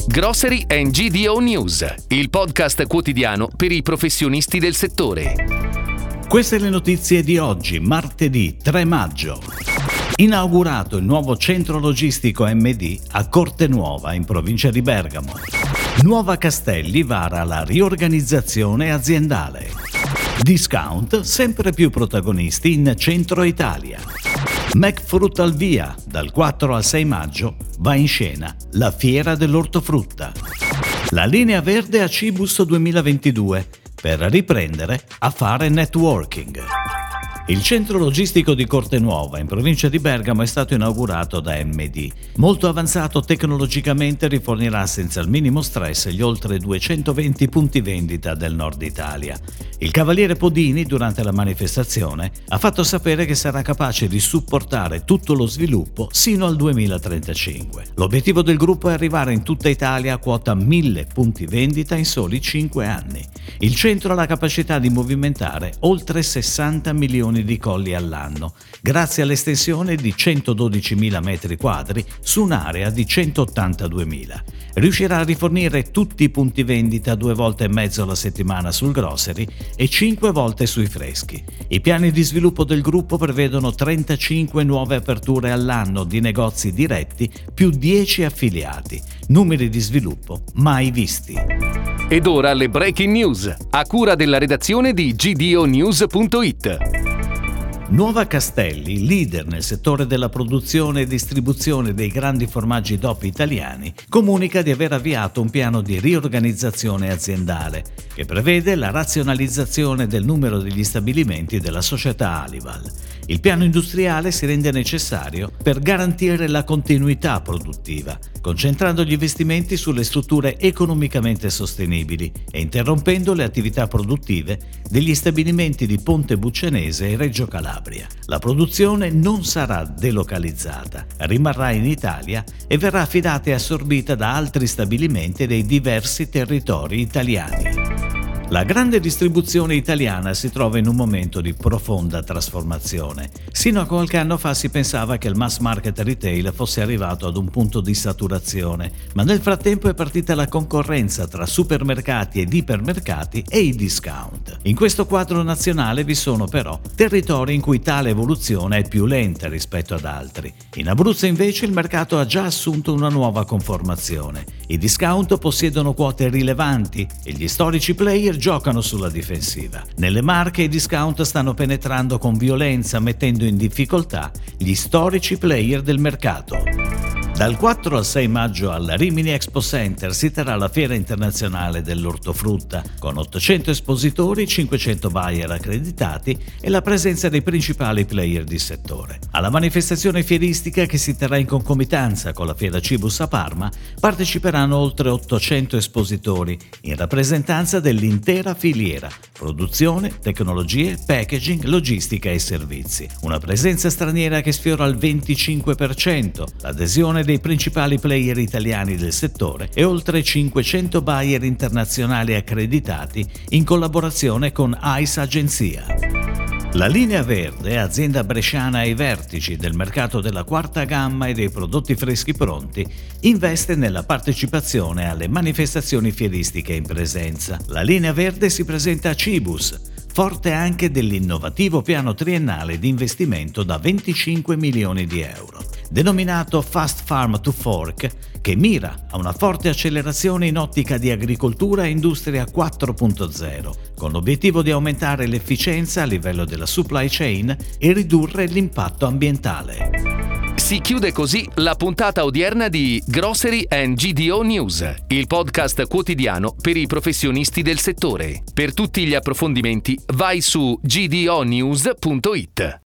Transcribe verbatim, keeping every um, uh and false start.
Grocery and G D O News, il podcast quotidiano per i professionisti del settore. Queste le notizie di oggi, martedì tre maggio. Inaugurato il nuovo centro logistico M D a Cortenuova, in provincia di Bergamo. Nuova Castelli vara la riorganizzazione aziendale. Discount sempre più protagonisti in centro Italia. McFruit al via, dal quattro al sei maggio va in scena la fiera dell'ortofrutta. La linea verde a Cibus duemilaventidue per riprendere a fare networking. Il centro logistico di Cortenuova, in provincia di Bergamo, è stato inaugurato da M D. Molto avanzato tecnologicamente, rifornirà senza il minimo stress gli oltre duecentoventi punti vendita del nord Italia. Il cavaliere Podini, durante la manifestazione, ha fatto sapere che sarà capace di supportare tutto lo sviluppo sino al duemilatrentacinque. L'obiettivo del gruppo è arrivare in tutta Italia a quota mille punti vendita in soli cinque anni. Il centro ha la capacità di movimentare oltre sessanta milioni di colli all'anno, grazie all'estensione di centododicimila metri quadri su un'area di centottantaduemila. Riuscirà a rifornire tutti i punti vendita due volte e mezzo alla settimana sul grocery e cinque volte sui freschi. I piani di sviluppo del gruppo prevedono trentacinque nuove aperture all'anno di negozi diretti più dieci affiliati, numeri di sviluppo mai visti. Ed ora le breaking news, a cura della redazione di G D O News punto it. Nuova Castelli, leader nel settore della produzione e distribuzione dei grandi formaggi D O P italiani, comunica di aver avviato un piano di riorganizzazione aziendale che prevede la razionalizzazione del numero degli stabilimenti della società Alival. Il piano industriale si rende necessario per garantire la continuità produttiva, concentrando gli investimenti sulle strutture economicamente sostenibili e interrompendo le attività produttive degli stabilimenti di Ponte Buccenese e Reggio Calabria. La produzione non sarà delocalizzata, rimarrà in Italia e verrà affidata e assorbita da altri stabilimenti dei diversi territori italiani. La grande distribuzione italiana si trova in un momento di profonda trasformazione. Sino a qualche anno fa si pensava che il mass market retail fosse arrivato ad un punto di saturazione, ma nel frattempo è partita la concorrenza tra supermercati ed ipermercati e i discount. In questo quadro nazionale vi sono però territori in cui tale evoluzione è più lenta rispetto ad altri. In Abruzzo invece il mercato ha già assunto una nuova conformazione. I discount possiedono quote rilevanti e gli storici player giocano sulla difensiva. Nelle Marche i discount stanno penetrando con violenza, mettendo in difficoltà gli storici player del mercato. Dal quattro al sei maggio al Rimini Expo Center si terrà la Fiera Internazionale dell'Ortofrutta, con ottocento espositori, cinquecento buyer accreditati e la presenza dei principali player di settore. Alla manifestazione fieristica, che si terrà in concomitanza con la Fiera Cibus a Parma, parteciperanno oltre ottocento espositori, in rappresentanza dell'intera filiera: produzione, tecnologie, packaging, logistica e servizi. Una presenza straniera che sfiora il venticinque per cento, l'adesione dei principali player italiani del settore e oltre cinquecento buyer internazionali accreditati in collaborazione con Ice Agenzia. La Linea Verde, azienda bresciana ai vertici del mercato della quarta gamma e dei prodotti freschi pronti, investe nella partecipazione alle manifestazioni fieristiche in presenza. La Linea Verde si presenta a Cibus, forte anche dell'innovativo piano triennale di investimento da venticinque milioni di euro, denominato Fast Farm to Fork, che mira a una forte accelerazione in ottica di agricoltura e industria quattro punto zero, con l'obiettivo di aumentare l'efficienza a livello della supply chain e ridurre l'impatto ambientale. Si chiude così la puntata odierna di Grocery and G D O News, il podcast quotidiano per i professionisti del settore. Per tutti gli approfondimenti vai su G D O News punto it.